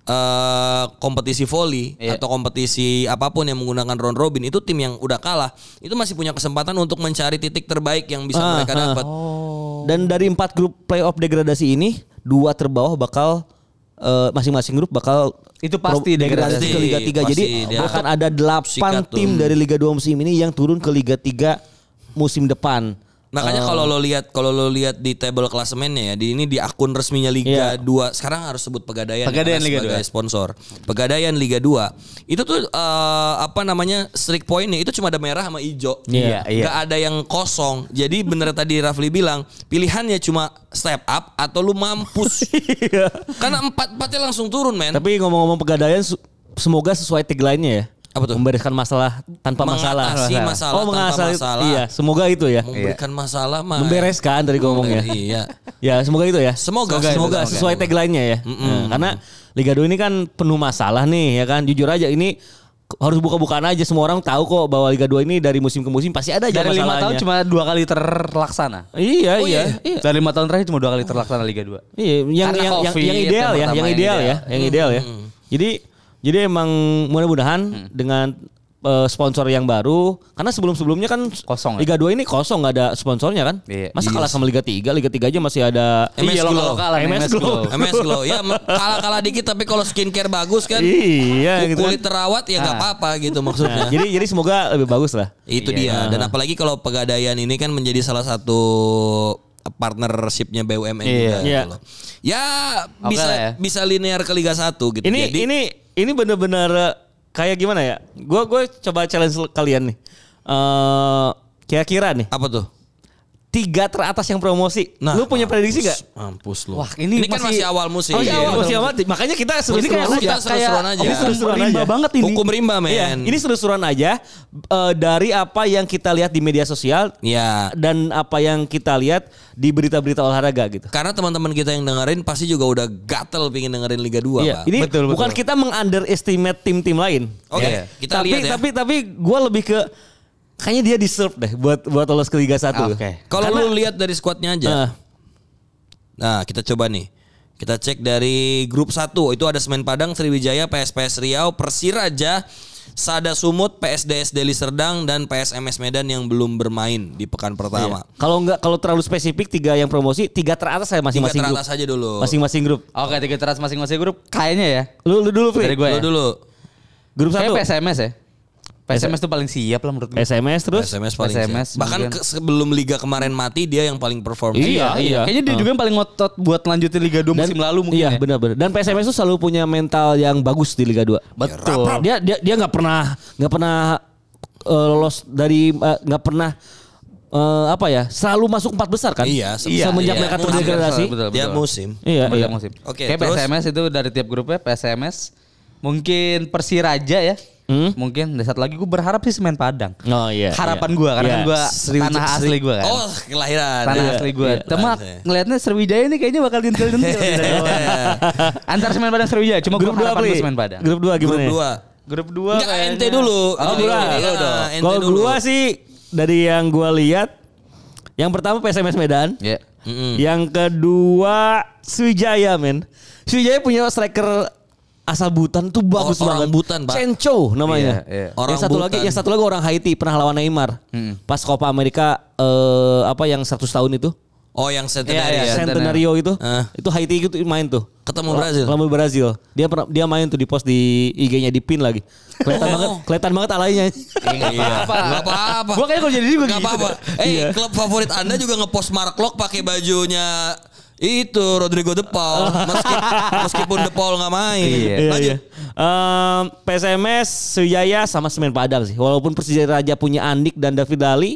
eh, kompetisi volley Iya. atau kompetisi apapun yang menggunakan round robin, itu tim yang udah kalah itu masih punya kesempatan untuk mencari titik terbaik yang bisa Ah, mereka ah. dapat. Dan dari empat grup playoff degradasi ini, dua terbawah bakal eh, masing-masing grup bakal Itu pasti pro- degradasi degradasi. ke Liga tiga. Pasti Jadi dia akan ada delapan sikat tuh. tim dari Liga dua musim ini yang turun ke Liga tiga musim depan. Makanya kalau lo lihat kalau lo lihat di table klasemennya ya, di ini di akun resminya Liga Iya. dua, sekarang harus sebut Pegadaian, Pegadaian karena Liga sebagai dua. sponsor. Pegadaian Liga dua. Itu tuh eh, apa namanya? Streak pointnya itu cuma ada merah sama hijau. Iya, iya. Gak ada yang kosong. Jadi bener tadi Rafli bilang, pilihannya cuma step up atau lu mampus. Karena empat-empatnya langsung turun, men. Tapi ngomong-ngomong Pegadaian, su- semoga sesuai tagline-nya ya. Apa tuh? Membereskan masalah tanpa masalah. Mengatasi masalah oh, tanpa mengatasi- masalah. Iya, semoga itu ya. Memberikan masalah mah. Membereskan tadi gue ngomongnya. Iya. Ya, semoga itu ya. Semoga, semoga, semoga, sesuai semoga. tagline-nya ya. Nah, karena Liga dua ini kan penuh masalah nih ya kan. Jujur aja ini harus buka-bukaan aja, semua orang tahu kok bahwa Liga dua ini dari musim ke musim pasti ada aja Dari lima masalahnya. tahun cuma dua kali terlaksana. Iya, Oh, iya. iya. Iya. Dari lima tahun terakhir cuma dua kali terlaksana Liga dua. Iya, yang Karena yang, yang, Covid yang yang ideal ya, pertama yang yang ideal ya, ideal. yang ideal ya. Jadi jadi emang mudah-mudahan dengan eh, sponsor yang baru, karena sebelum-sebelumnya kan Kosong ya? Liga dua ini kosong, nggak ada sponsornya kan. Iya. Masa Iya kalah sama Liga tiga, Liga tiga aja masih ada M S Iya, Glow. lokal-lokalan, M S M S Glow. Glow. M S Glow. Ya kalah-kalah dikit tapi kalau skincare bagus kan. Iya gitu Kulit kan. terawat ya nggak Ah. apa-apa gitu Nah, maksudnya. jadi jadi semoga lebih bagus lah. Itu Iya. dia. Dan apalagi kalau Pegadaian ini kan menjadi salah satu partnershipnya B U M N Iya. juga Iya. gitu loh. Ya Oke bisa lah ya. bisa linear ke Liga satu gitu. Ini Jadi ini ini bener-bener eh, kayak gimana ya? Gue gue coba challenge kalian nih. Eh kira-kira nih apa tuh? tiga teratas yang promosi. Nah, Lu punya prediksi mampus, gak? Mampus lu. Wah, ini kan masih- masih awal musim. Oh iya, Iya. masih amat. Makanya kita seru-seruan kayak aja. kita seru-seruan aja. Ini seru-seruan Rimba aja. banget ini. Hukum rimba, men. Iya, ini seru-seruan aja eh, dari apa yang kita lihat di media sosial Ya. dan apa yang kita lihat di berita-berita olahraga gitu. Karena teman-teman kita yang dengerin pasti juga udah gatel pengen dengerin Liga dua, Iya, Pak. ini Betul, bukan betul. kita mengunderestimate tim-tim lain. Oke, Ya. kita tapi, lihat ya. Tapi tapi gue lebih ke kayaknya dia deserve deh buat buat lolos ke Liga satu. Oke. Kalau Karena- lu lihat dari skuadnya aja. Nah. Nah, kita coba nih. Kita cek dari grup satu. Itu ada Semen Padang, Sriwijaya, P S P S Riau, Persiraja, Sada Sumut, P S D S Deli Serdang, dan P S M S Medan yang belum bermain di pekan pertama. Iya. Kalau nggak kalau terlalu spesifik tiga yang promosi, tiga teratas saya Tiga masing-masing grup. teratas aja dulu. Masing-masing grup. Oke, tiga teras masing-masing grup kayaknya ya. Lu, lu dulu, Fri. Dari gue Lu ya. dulu. Grup Kayak satu. P S M S ya. P S M S tuh paling siap lah menurut gue. S M S terus. S M S paling S M S siap. Bahkan mungkin. ke- sebelum Liga kemarin mati dia yang paling perform. Iya, iya. Kayaknya dia Ah. juga yang paling ngotot buat lanjutin Liga dua musim lalu mungkin Iya, ya. benar-benar. Dan P S M S tuh selalu punya mental yang bagus di Liga dua. Betul. Dia dia dia nggak pernah nggak pernah eh, lolos dari eh, nggak pernah uh, apa ya? Selalu masuk empat besar kan? Iya, Iya, semenjak iya. mereka Musim, terdegradasi. betul, betul. Tiap musim. Iya, Setiap iya. musim. Oke, Kayak terus? P S M S itu dari tiap grupnya P S M S mungkin Persiraja ya. Hmm? Mungkin dan satu lagi gue berharap sih Semen Padang. Oh iya. Harapan iya. gue karena Iya. kan gue Sriwijaya- tanah asli Sri- gue kan. Oh, kelahiran. Tanah Iya. asli gue. Iya. Cuma Iya. ngelihatnya Sriwijaya ini kayaknya bakal dintil-dintil nih dari bawah. Antara Semen Padang Sriwijaya. Cuma gue Grup dua harapan Pli. gue Semen Padang. Grup dua Grup gimana? dua. Grup dua Enggak, kayaknya. ente dulu. Oh, Ini dua. dulu. Iya, Iya, dong. ente Kalau dulu. gua sih dari yang gua lihat, yang pertama P S M S Medan, Iya. Mm-mm. yang kedua Sriwijaya men. Sriwijaya punya striker asal Butan tuh bagus Oh, orang banget. Butan, Pak. Cenco namanya. Iya, iya. Orang yang satu Butan. lagi, yang satu lagi orang Haiti pernah lawan Neymar. Pas Copa Amerika eh, apa yang seratus tahun itu? Oh, yang Iya, centenary iya. ya. Centenario itu. Ah. Itu Haiti itu main tuh. Ketemu Brazil. Ketemu Brazil. Dia pernah dia main tuh di post di I G-nya di pin lagi. Kelihatan Oh. banget, kelihatan banget alainya. Iya. Enggak apa-apa. Gue kayaknya kalau jadi dia Enggak begitu. apa-apa. Eh, klub favorit Anda juga ngepost Mark Locke pakai bajunya itu Rodrigo De Paul. Meski- meskipun De Paul enggak main. Iya. Iya, Lanjut. iya. Em, P S M S, Sriwijaya sama Semen Padang sih. Walaupun Persiraja punya Andik dan David Dali,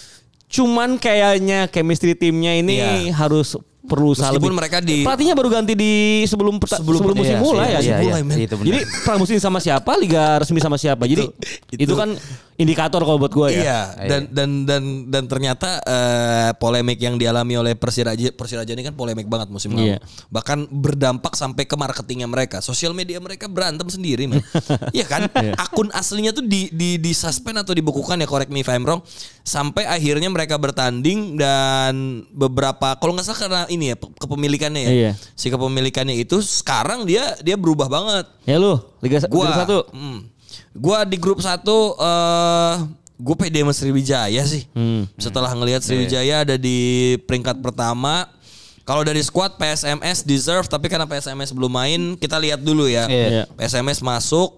cuman kayaknya chemistry timnya ini Iya. harus perlu usaha Meskipun lebih. mereka di- Pelatihnya baru ganti di sebelum peta- sebelum, Sebelum- musim iya, mulai iya, ya. iya, mulai, iya. men. Itu benar. Jadi pramusim sama siapa, liga resmi sama siapa. Jadi itu, itu- kan indikator kalau buat gue ya. Iya, dan dan dan dan ternyata eh, polemik yang dialami oleh Persiraja Persiraja ini kan polemik banget musim lalu. Iya. Bahkan berdampak sampai ke marketingnya mereka. Sosial media mereka berantem sendiri, men. Iya kan? Akun aslinya tuh di di di suspend atau dibekukan ya, correct me if I'm wrong. Sampai akhirnya mereka bertanding dan beberapa kalau nggak salah karena ini ya pe- kepemilikannya ya. Iya. Si kepemilikannya itu sekarang dia dia berubah banget. Ya lu, liga, Gua liga satu. hmm, gua di grup satu eh gue pede sama Sriwijaya sih. Hmm. Setelah ngelihat Sriwijaya ada di peringkat pertama. Kalau dari squad P S M S deserve, tapi karena P S M S belum main, kita lihat dulu ya. Iya. P S M S masuk.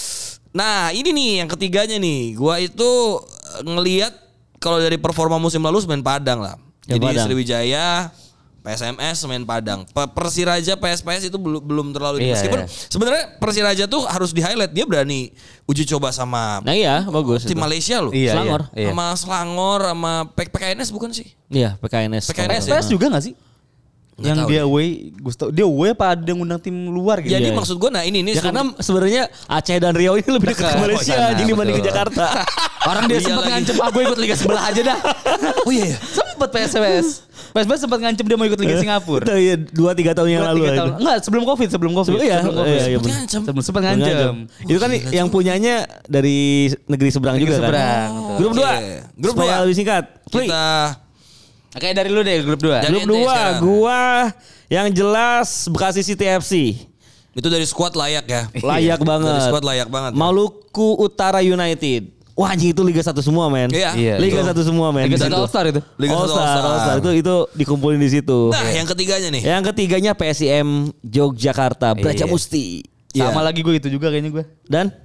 Nah, ini nih yang ketiganya nih. Gua itu eh, ngelihat kalau dari performa musim lalu Semen Padang lah. Ya, Jadi Padang. Sriwijaya, P S M S, Semen Padang. Pe- Persiraja, P S P S itu belum belum terlalu. Iya, Meskipun iya. sebenarnya Persiraja tuh harus di highlight, dia berani uji coba sama Nah iya, bagus. tim itu. Malaysia loh. Iya, Selangor. iya. Sama Selangor, sama P K N S bukan sih? Iya, P K N S. P K N S P S P S juga gak sih? Nggak Yang tahu dia away, Gusto, dia away apa ada yang ngundang tim luar gitu? Jadi Iya. maksud gue, nah ini ini Ya karena sebenarnya Aceh dan Riau ini lebih dekat Dekat. ke Malaysia Oh, sana, jadi dibanding ke betul. Jakarta. Orang dia Iya sempat lagi. ngancem, ah gue ikut Liga sebelah aja dah. Oh iya, iya. Sempet P S M S. P S M S sempat ngancem dia mau ikut Liga Singapura. Itu iya dua tiga tahun yang Dua, lalu. tiga itu. tahun. Enggak, sebelum Covid, sebelum Covid. Sebelum- iya, sebelum Covid. iya, iya, Sempat bener. ngancem. Sebelum sempat ngancem. Itu kan yang punyanya dari negeri seberang Negeri juga seberang, kan. betul. Grup Oke. dua. Grup Supaya dua. lebih singkat. Play. Kita Oke, dari lu deh grup dua. Dari Grup ente dua, sekarang. gua yang jelas Bekasi City F C. itu dari squad layak ya. Layak Dari banget. squad layak banget. ya. Maluku Utara United. Wah anjing itu Liga satu semua men. Iya. Iya. Liga Betul. satu semua men. Liga Di satu situ. All Star itu. Liga All satu Star, All-Star. All Star. Itu itu dikumpulin di situ. Nah, yang ketiganya nih. Yang ketiganya P S I M Yogyakarta, Braja Iya. Musti. Iya. Sama lagi gue itu juga kayaknya gue. Dan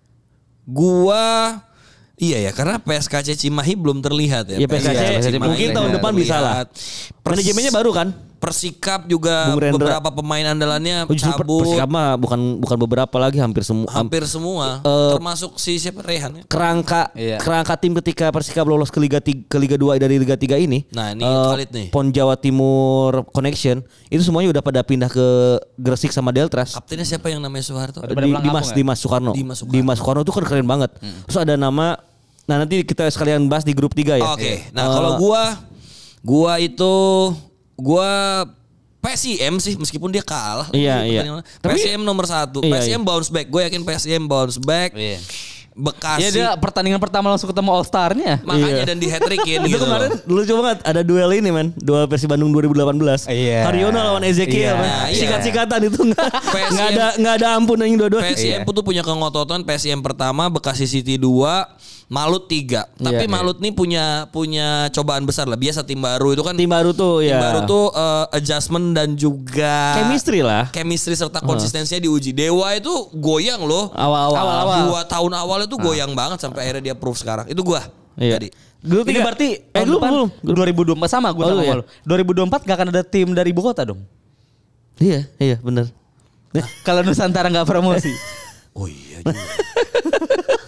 Gua iya ya, karena P S K C Cimahi belum terlihat ya. ya P S K C Iya, P S K C mungkin Cimahi tahun belum depan bisa lah. Pers- Manajemennya baru kan? Persikap juga Bung Rendra. beberapa pemain andalannya Oh, justru Per- cabut. Persikap mah bukan bukan beberapa lagi hampir semua. Hampir semua, Eh, termasuk si siapa Rehan ya. kerangka Iya. kerangka tim ketika Persikap lolos ke Liga tiga, ke Liga dua dari Liga tiga ini. Nah, ini eh, valid nih. Pon Jawa Timur Connection itu semuanya udah pada pindah ke Gresik sama Deltras. Kaptennya siapa yang namanya Soeharto? Udah pada Di, pulang Dimas kampung ya? Dimas Soekarno. Dimas Soekarno. Dimas Soekarno itu kan keren banget. Terus ada nama nah nanti kita sekalian bahas di grup tiga ya. Oke. Nah, Eh, kalau gua gua itu gua P S I M sih meskipun dia kalah. Iya, Di iya. pertandingan. Tapi- P S I M nomor satu. Iya, P S I M bounce back. Gue yakin P S I M bounce back. Iya. Bekasi. Ya dia pertandingan pertama langsung ketemu All Star-nya. Makanya Iya. dan di hat-trickin itu gitu. kemarin lucu banget ada duel ini men, duel Persib Bandung dua ribu delapan belas. Iya. Haryono lawan Ezekiel Iya. men. Nah, iya. Sikat-sikatan itu nggak P S I M nggak ada nggak ada ampun anjing dua-dua. P S I M Iya. tuh punya kengototan. P S I M pertama, Bekasi City dua, Malut tiga. Tapi Iya. Malut nih punya punya cobaan besar lah. Biasa tim baru itu kan Tim baru tuh tim ya. baru tuh eh, adjustment dan juga chemistry lah. chemistry serta konsistensinya diuji. Dewa itu goyang loh. Awal-awal. Awal-awal. Dua tahun awal itu goyang banget sampai akhirnya dia proof sekarang. Itu gua. Iya. Jadi Grup Ini tiga. berarti eh tahun lu depan belum. dua ribu dua puluh empat sama gue Oh, sama lu ya? lu. dua ribu dua puluh empat gak akan ada tim dari ibu kota dong. Iya, iya benar. Kalau Nusantara nggak promosi. oh iya juga.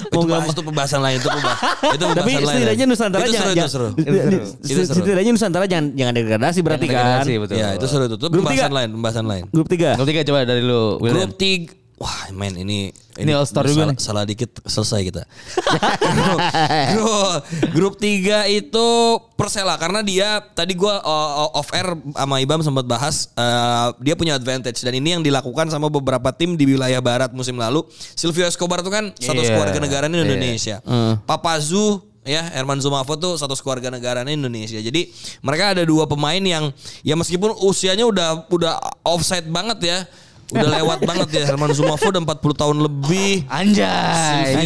Itu mau nggak bahas itu pembahasan lain itu pembahasan. Itu pembahasan tapi lain. setidaknya Nusantara itu jangan seru, itu jangan- seru. Itu seru. Setidaknya Nusantara jangan jangan degradasi berarti Jangan kan. degradasi, betul. Ya, itu seru itu. Itu Grup pembahasan tiga. lain, pembahasan lain. Grup tiga. Grup tiga coba dari lu, William. Grup tiga. Wah, men ini Ini All Star juga salah, nih. salah dikit selesai kita. grup, grup, grup tiga itu Persela karena dia tadi gua uh, off air sama Ibam sempat bahas uh, dia punya advantage dan ini yang dilakukan sama beberapa tim di wilayah barat musim lalu. Silvio Escobar tuh kan satu Iya. keluarga negaraan Iya. Indonesia. Papa Zu ya Herman Zumafo tuh satu keluarga negaraan Indonesia. Jadi mereka ada dua pemain yang ya meskipun usianya udah udah offside banget ya. Udah lewat banget ya Herman Zumafo udah empat puluh tahun lebih. Anjay.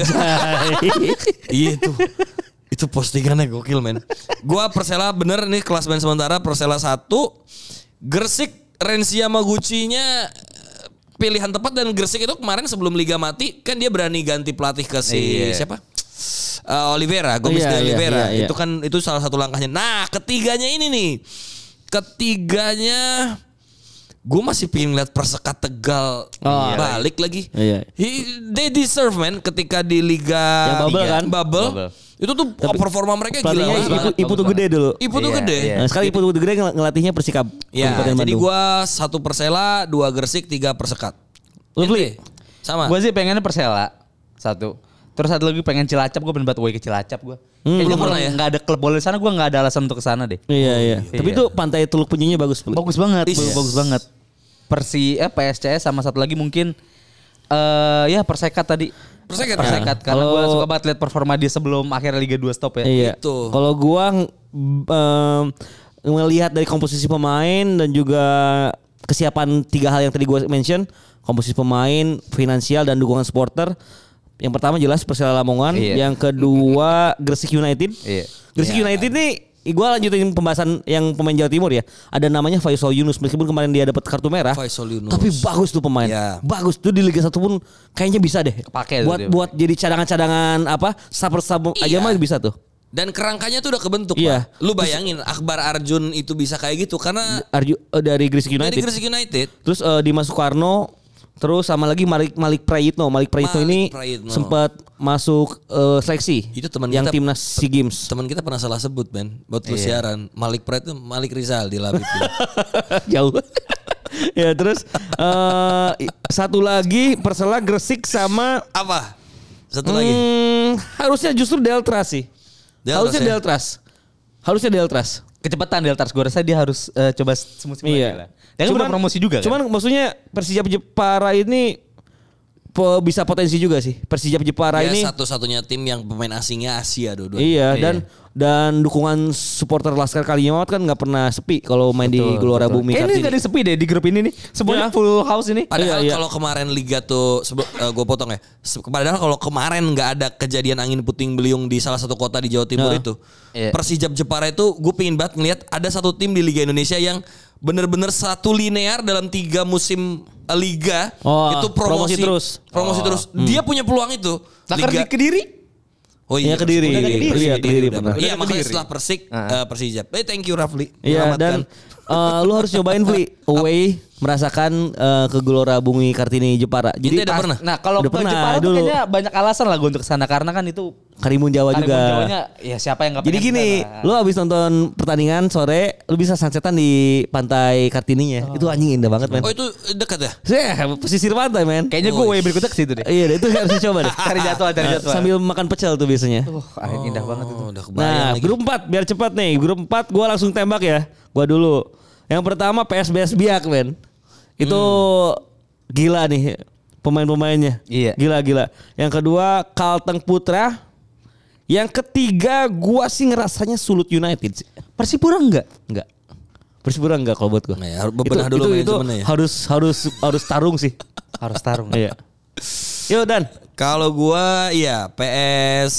Iya itu. Itu postingannya gokil men. Gua Persela bener nih kelas main sementara Persela satu. Gresik Renzi Yamaguchi-nya pilihan tepat dan Gresik itu kemarin sebelum liga mati kan dia berani ganti pelatih ke si Iya. siapa? Uh, Oliveira, Gomes Iya, de iya, Oliveira. iya, iya. Itu kan itu salah satu langkahnya. Nah, ketiganya ini nih. Ketiganya gue masih pengen lihat Persekat Tegal Oh, balik lagi. Iya. He, they deserve man ketika di Liga Yang bubble tiga, kan? Bubble. Bubble. Itu tuh performa mereka gila Pelatihnya banget. Ipu, banget, Ipu bagus tuh gede dulu. Ipu tuh Iya, gede. iya. Nah, sekarang Ipu tuh gede ngel- ngelatihnya Persikab. Ya, Kabupaten jadi Bandung. gue satu Persela, dua Gresik, tiga Persekat. Lovely. Ente? Sama. Gue sih pengennya Persela satu. Terus satu lagi pengen Cilacap, gue pengen buat away ke Cilacap gue. Hmm, Kayaknya belum kalau pernah ya? nggak ada klub bola di sana, gue nggak ada alasan untuk kesana deh. Iya, iya. Tapi Iya. itu pantai Teluk Penyunya bagus. Pli. Bagus banget, Yes. bagus, bagus banget. Persi, eh P S C S sama satu lagi mungkin eh ya Persekat tadi. Persekat, Persekat ya? karena gue Kalau- suka banget lihat performa dia sebelum akhirnya Liga dua stop ya. Iya. Itu. Kalau gua em, melihat dari komposisi pemain dan juga kesiapan tiga hal yang tadi gua mention, komposisi pemain, finansial dan dukungan supporter. Yang pertama jelas Persela Lamongan, Iya. yang kedua Gresik United. Iya. Gresik Iya. United nih gue lanjutin pembahasan yang pemain Jawa Timur ya. Ada namanya Faisal Yunus meskipun kemarin dia dapat kartu merah. Faisal Yunus. Tapi bagus tuh pemain. Iya. Bagus tuh di Liga satu pun kayaknya bisa deh. Kepake tuh buat dia. buat jadi cadangan-cadangan apa? Saper-saper aja Iya. mah bisa tuh. Dan kerangkanya tuh udah kebentuk Iya. Pak. Lu bayangin Akbar Arjun itu bisa kayak gitu karena Arju eh, dari Gresik United. dari Gresik United. Terus eh, Dimas Soekarno, terus sama lagi Malik Malik Prayitno. Malik Prayitno Malik ini Prayitno. sempat masuk eh, seleksi. Itu teman yang kita- timnas SEA Games. Teman kita pernah salah sebut Ben buat lu Iya. siaran. Malik Prait itu Malik Rizal di Labib. Jauh. Ya terus eh, i- satu lagi Persela Gresik sama Apa? Satu lagi. hmm, harusnya justru Deltras sih. Deltras harusnya ya? Deltras. Harusnya Deltras. Kecepatan Deltars gue rasa dia harus eh, coba semusim lagi lah. Dia kan udah promosi juga kan. Cuman maksudnya Persija Jepara ini po- bisa potensi juga sih. Persija Jepara Dia ini satu-satunya tim yang pemain asingnya Asia dua-duanya. iya, Iya. dan dan dukungan supporter Laskar Kalinyamat kan nggak pernah sepi kalau main di Gelora Bumi Kayaknya ini Kartini. gak ada sepi deh di grup ini nih. Semuanya Iya. full house ini. Padahal Iya, iya. kalau kemarin Liga tuh gue potong ya. Se- Padahal kalau kemarin nggak ada kejadian angin puting beliung di salah satu kota di Jawa Timur Nah. itu, Iya. Persijap Jepara itu gue pengen banget ngelihat ada satu tim di Liga Indonesia yang bener-bener satu linear dalam tiga musim eh, Liga Oh, itu promosi, promosi terus. promosi Oh. terus. Dia punya peluang itu. Lah kan di Kediri. Oh Iya, Kediri. Udah Kediri. Iya, Kediri udah. pernah. Iya, Udah makanya Kediri. setelah Persik eh, Persijap. Eh thank you Rafli. Iya, dan eh, lu harus cobain Fli away merasakan eh, ke Gelora Bumi Kartini Jepara. Jadi Jadi udah pas- pernah? Nah kalau Udah ke pernah Jepara tuh dulu. kayaknya banyak alasan lah gue untuk kesana karena kan itu Karimun Jawa Karimun juga. Jawanya ya siapa yang gak Jadi pengen gini, kesana. lu abis nonton pertandingan sore, lu bisa sunsetan di pantai Kartininya. Itu anjing indah banget, men. Oh itu dekat ya? Saya pesisir pantai, men. Kayaknya gue way berikutnya ke situ deh. Iya, itu harus dicoba deh. Cari jadwal, cari Nah, jadwal. sambil makan pecel tuh biasanya. Uh, air indah banget itu. Oh, udah kebayang Nah, lagi. grup empat biar cepat nih. Grup empat gua langsung tembak ya. Gua dulu. Yang pertama P S B S Biak, men. Itu gila nih pemain-pemainnya. Iya. Gila gila. Yang kedua Kalteng Putra. Yang ketiga gua sih ngerasanya Sulut United sih. Persipura enggak? Enggak. Persipura enggak kalau buat gua. Nah, ya, harus bebenah dulu itu, itu manajemennya ya. harus harus harus tarung sih. Harus tarung. Iya. Yuk Dan. Kalau gua ya P S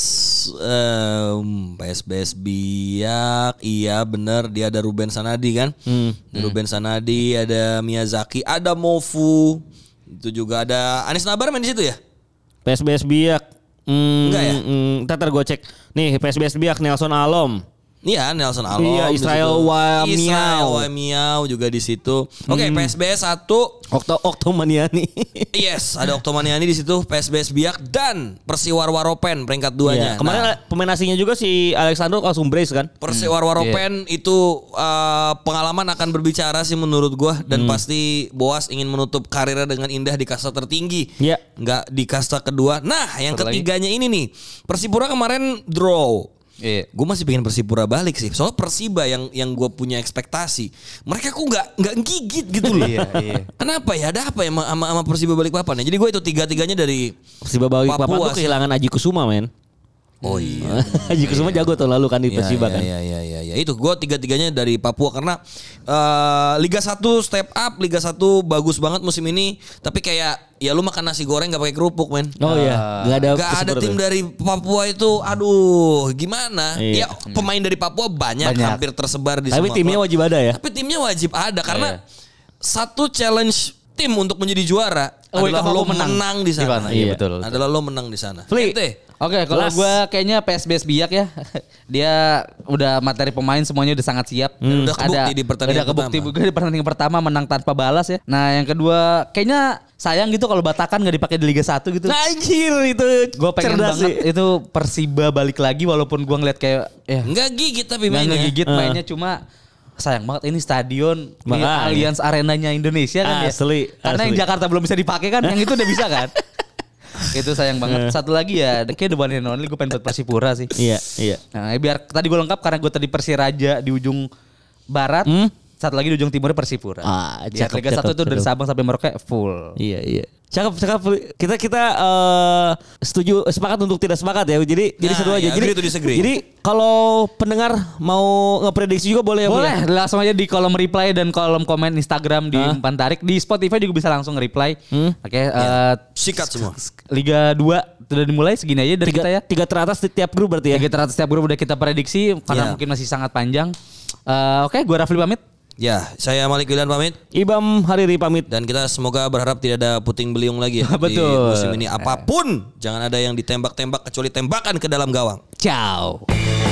em, P S B S Biak, iya bener dia ada Ruben Sanadi kan? Hmm. Ada Ruben Sanadi, ada Miyazaki, ada Mofu. Itu juga ada Anis Nabar main di situ ya? P S B S Biak. Hmm, Enggak ya? Hmm, ntar gue cek. Nih P S B S Biak Nelson Alom. Iya, Nelson Alom. Iya, Israel Wamiau. Israel Wamiau juga di situ. Oke, Hmm. P S B S satu. Okto Oktomaniani. Yes, ada Oktomaniani di situ, P S B S Biak dan Persiwar Waropen peringkat duanya. Iya. Kemarin Nah, pemain asingnya juga si Alexandro langsung brace kan. Persiwar Waropen itu uh, pengalaman akan berbicara sih menurut gua dan pasti Boas ingin menutup karirnya dengan indah di kasta tertinggi. Iya. Nggak di kasta kedua. Nah, yang Satu lagi. ketiganya ini nih. Persipura kemarin draw. Iya. Gue masih pengen Persipura balik sih. Soalnya Persiba yang yang gue punya ekspektasi. Mereka kok nggak nggak gigit gitu loh. Iya, iya. Kenapa ya? Ada apa ya sama, sama, sama Persiba Balikpapan ya? Jadi gue itu tiga-tiganya dari Persiba Balikpapan Papua tuh sih. kehilangan Aji Kusuma men. Oh iya. Aji Kusuma jago tuh lalu kan di Iya, Persiba iya, kan. Iya iya iya iya. Itu gue tiga-tiganya dari Papua karena uh, Liga satu step up, Liga satu bagus banget musim ini. Tapi kayak ya lu makan nasi goreng gak pakai kerupuk men. Oh iya, nggak ada Gak ada keseluruhan. tim dari Papua itu, aduh gimana? Iya. Ya pemain dari Papua banyak, Banyak. hampir tersebar di Tapi semua timnya klub. wajib ada ya. Tapi timnya wajib ada karena Iya. satu challenge tim untuk menjadi juara Oh, adalah Wika lo Papu menang. menang di sana. Gimana? Iya, Iya. betul. Adalah lo menang di sana. Fli. Ente, Oke, kalau Las. gue kayaknya P S B S Biak ya. Dia udah materi pemain semuanya udah sangat siap. Hmm. Udah kebukti di pertandingan udah kebukti pertama. juga di pertandingan pertama menang tanpa balas ya. Nah, yang kedua kayaknya sayang gitu kalau Batakan gak dipakai di Liga satu gitu. Anjir itu Gue pengen cerdas banget sih. itu Persiba balik lagi walaupun gue ngeliat kayak ya nggak gigit tapi nggak mainnya. ngegigit Ah. mainnya cuma sayang banget ini stadion di Makanya. Allianz Arenanya Indonesia kan Asli, ya. Karena yang asli. Jakarta belum bisa dipakai kan, yang itu udah bisa kan. Itu sayang banget. Satu lagi ya, kayak the one and only gue pengen buat Persipura sih. Iya, iya. Nah, biar tadi gue lengkap karena gue tadi Persiraja di ujung barat, Hmm? satu lagi di ujung timurnya Persipura. Ah, Ya, cakep, Liga satu cakep, tuh dari cakep. Sabang sampai Merauke full. Iya, iya. Cakep, cakep. Kita kita eh, setuju sepakat untuk tidak sepakat ya. Jadi jadi Nah, seru aja. ya, Jadi agree to disagree. Jadi kalau pendengar mau ngeprediksi juga boleh ya. Bu, Boleh, ya? langsung aja di kolom reply dan kolom komen Instagram di Hah? Umpan Tarik. Di Spotify juga bisa langsung reply. Hmm? Oke, eh, Sikat semua. Liga dua sudah dimulai segini aja dari Tiga, kita ya. tiga teratas di tiap grup berarti ya. Tiga teratas setiap grup udah kita prediksi karena Ya. mungkin masih sangat panjang. Eh, Oke, gue Rafli pamit. Ya, saya Malik Willian pamit. Ibam Hariri pamit. Dan kita semoga berharap tidak ada puting beliung lagi ya. Di Betul. musim ini apapun. Jangan ada yang ditembak-tembak kecuali tembakan ke dalam gawang. Ciao.